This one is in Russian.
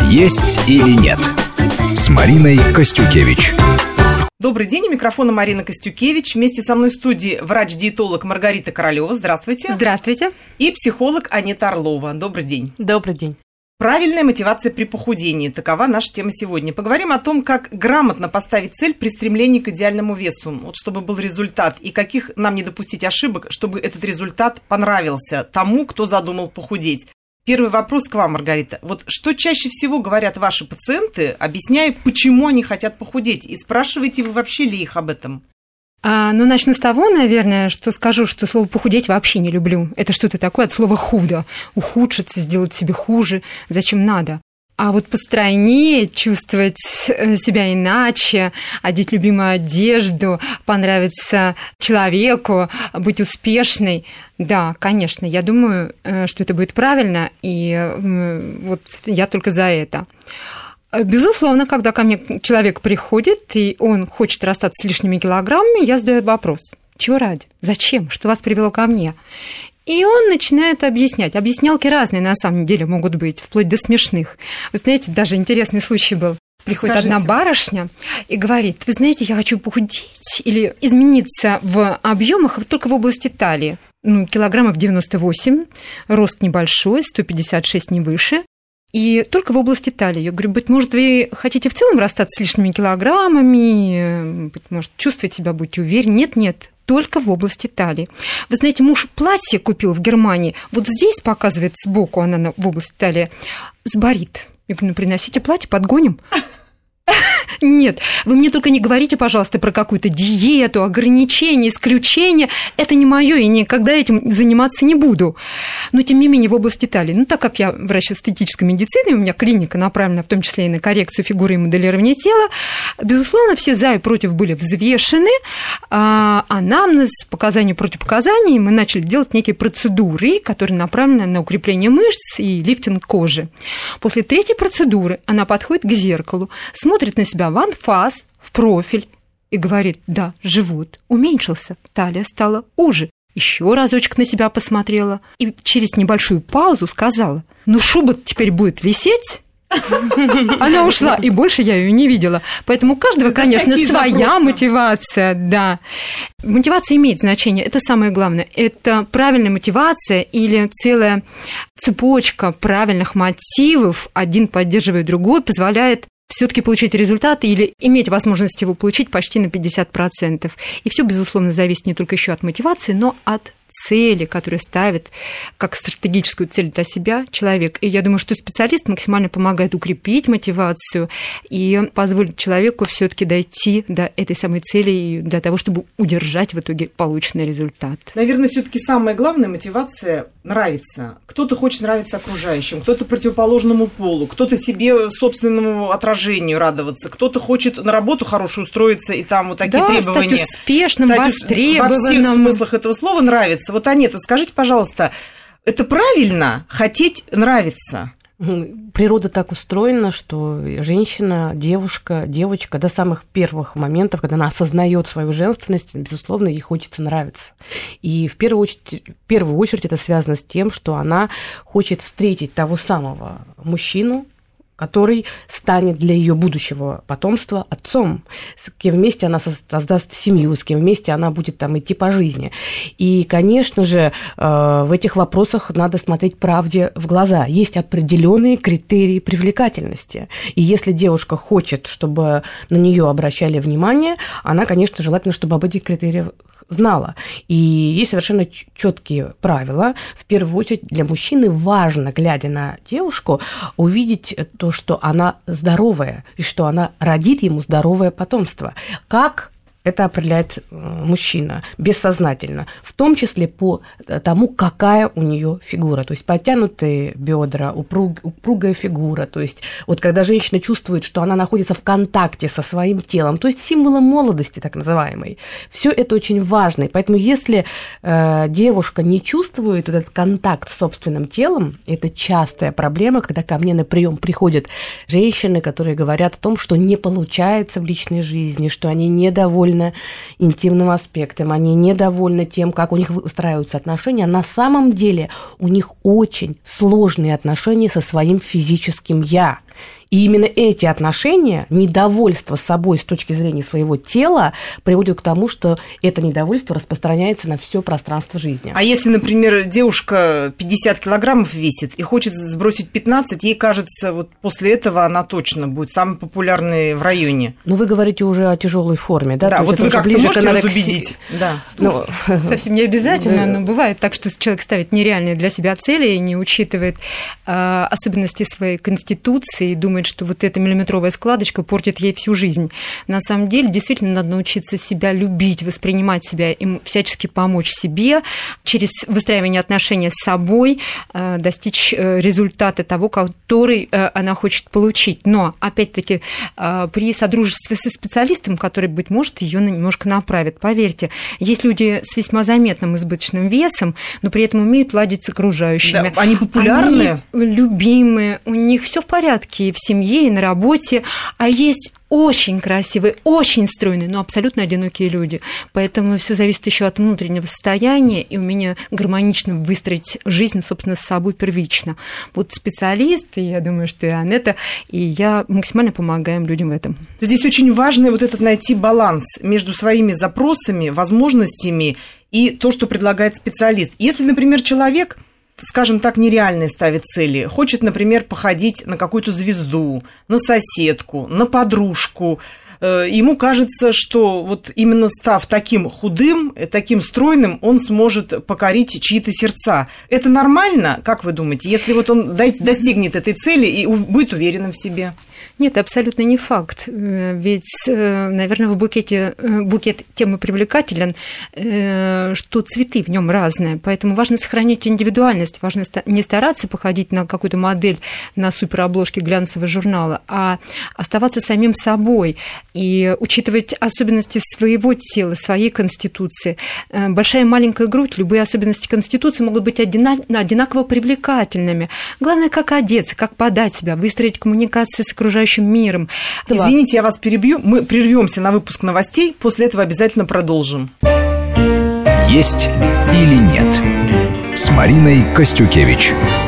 «Есть или нет» с Мариной Костюкевич. Добрый день, у микрофона Марина Костюкевич. Вместе со мной в студии врач-диетолог Маргарита Королева. Здравствуйте. Здравствуйте. И психолог Анета Орлова. Добрый день. Добрый день. Правильная мотивация при похудении. Такова наша тема сегодня. Поговорим о том, как грамотно поставить цель при стремлении к идеальному весу, вот чтобы был результат, и каких нам не допустить ошибок, чтобы этот результат понравился тому, кто задумал похудеть. Первый вопрос к вам, Маргарита. Вот что чаще всего говорят ваши пациенты, объясняя, почему они хотят похудеть? И спрашиваете вы вообще ли их об этом? Начну с того, наверное, что скажу, что слово «похудеть» вообще не люблю. Это что-то такое от слова «худо». Ухудшиться, сделать себе хуже. Зачем надо? А вот постройнее, чувствовать себя иначе, одеть любимую одежду, понравиться человеку, быть успешной. Да, конечно, я думаю, что это будет правильно, и вот я только за это. Безусловно, когда ко мне человек приходит, и он хочет расстаться с лишними килограммами, я задаю вопрос. Чего ради? Зачем? Что вас привело ко мне? И он начинает объяснять. Объяснялки разные, на самом деле, могут быть, вплоть до смешных. Вы знаете, даже интересный случай был. Приходит одна барышня и говорит: вы знаете, я хочу похудеть или измениться в объемах только в области талии. Килограммов 98, рост небольшой, 156 не выше. И только в области талии. Я говорю, быть может, вы хотите в целом расстаться с лишними килограммами, быть может, чувствовать себя, будьте уверены. Нет, только в области талии. Вы знаете, муж платье купил в Германии, вот здесь показывает сбоку, она в области талии, сборит. Я говорю, приносите платье, подгоним. Нет, вы мне только не говорите, пожалуйста, про какую-то диету, ограничения, исключения. Это не моё, и никогда этим заниматься не буду. Но, тем не менее, в области талии, так как я врач эстетической медицины, у меня клиника направлена в том числе и на коррекцию фигуры и моделирование тела, безусловно, все за и против были взвешены, анамнез, показания против показаний, мы начали делать некие процедуры, которые направлены на укрепление мышц и лифтинг кожи. После третьей процедуры она подходит к зеркалу, смотрит на себя в анфас, в профиль и говорит: да, живот уменьшился, талия стала уже. Еще разочек на себя посмотрела и через небольшую паузу сказала: шуба теперь будет висеть. Она ушла, и больше я ее не видела. Поэтому у каждого, конечно, своя мотивация. Да. Мотивация имеет значение, это самое главное. Это правильная мотивация или целая цепочка правильных мотивов, один поддерживает другой, позволяет все-таки получить результат или иметь возможность его получить почти на 50%. И все, безусловно, зависит не только еще от мотивации, но от цели, которую ставит как стратегическую цель для себя человек. И я думаю, что специалист максимально помогает укрепить мотивацию и позволит человеку все-таки дойти до этой самой цели и для того, чтобы удержать в итоге полученный результат. Наверное, все-таки самая главная мотивация – нравится. Кто-то хочет нравиться окружающим, кто-то противоположному полу, кто-то себе собственному отражению радоваться, кто-то хочет на работу хорошую устроиться, и там вот такие требования. Стать успешным, востребованным. Во всех смыслах этого слова нравится. Вот, Анета, скажите, пожалуйста, это правильно хотеть нравиться? Природа так устроена, что женщина, девушка, девочка до самых первых моментов, когда она осознает свою женственность, безусловно, ей хочется нравиться. И в первую очередь это связано с тем, что она хочет встретить того самого мужчину, который станет для ее будущего потомства отцом, с кем вместе она создаст семью, с кем вместе она будет там идти по жизни. И, конечно же, в этих вопросах надо смотреть правде в глаза. Есть определенные критерии привлекательности. И если девушка хочет, чтобы на нее обращали внимание, она, конечно, желательно, чтобы об этих критериях знала. И есть совершенно четкие правила. В первую очередь для мужчины важно, глядя на девушку, увидеть то, что она здоровая, и что она родит ему здоровое потомство. Как это определяет мужчина бессознательно, в том числе по тому, какая у нее фигура. То есть подтянутые бедра, упругая фигура. То есть вот когда женщина чувствует, что она находится в контакте со своим телом, то есть символом молодости, так называемой, все это очень важно. И поэтому если девушка не чувствует этот контакт с собственным телом, это частая проблема, когда ко мне на прием приходят женщины, которые говорят о том, что не получается в личной жизни, что они недовольны интимным аспектом, они недовольны тем, как у них выстраиваются отношения. На самом деле у них очень сложные отношения со своим физическим «я». И именно эти отношения, недовольство собой с точки зрения своего тела, приводят к тому, что это недовольство распространяется на все пространство жизни. А если, например, девушка 50 килограммов весит и хочет сбросить 15, ей кажется, вот после этого она точно будет самой популярной в районе. Но вы говорите уже о тяжелой форме, да? Да, вот вы как-то можете разубедить? Да. Ну, совсем не обязательно, но бывает так, что человек ставит нереальные для себя цели и не учитывает особенности своей конституции и думает, что вот эта миллиметровая складочка портит ей всю жизнь. На самом деле, действительно, надо научиться себя любить, воспринимать себя и всячески помочь себе через выстраивание отношений с собой, достичь результата того, который она хочет получить. Но, опять-таки, при содружестве со специалистом, который, быть может, ее немножко направит. Поверьте, есть люди с весьма заметным избыточным весом, но при этом умеют ладить с окружающими. Да, они популярны? Они любимые, у них все в порядке и в семье, и на работе, а есть очень красивые, очень стройные, но абсолютно одинокие люди. Поэтому все зависит еще от внутреннего состояния и умения гармонично выстроить жизнь, собственно, с собой первично. Вот специалисты, я думаю, что и Анетта, и я максимально помогаем людям в этом. Здесь очень важно вот этот найти баланс между своими запросами, возможностями и то, что предлагает специалист. Если, например, человек, скажем так, нереальные ставит цели. Хочет, например, походить на какую-то звезду, на соседку, на подружку. Ему кажется, что вот именно став таким худым, таким стройным, он сможет покорить чьи-то сердца. Это нормально, как вы думаете, если вот он достигнет этой цели и будет уверенным в себе? Нет, абсолютно не факт. Ведь, наверное, букет темы привлекателен, что цветы в нем разные. Поэтому важно сохранить индивидуальность. Важно не стараться походить на какую-то модель на суперобложке глянцевого журнала, а оставаться самим собой и учитывать особенности своего тела, своей конституции. Большая и маленькая грудь, любые особенности конституции могут быть одинаково привлекательными. Главное, как одеться, как подать себя, выстроить коммуникации с окружающим миром. Извините, я вас перебью. Мы прервемся на выпуск новостей, после этого обязательно продолжим. Есть или нет с Мариной Костюкевич.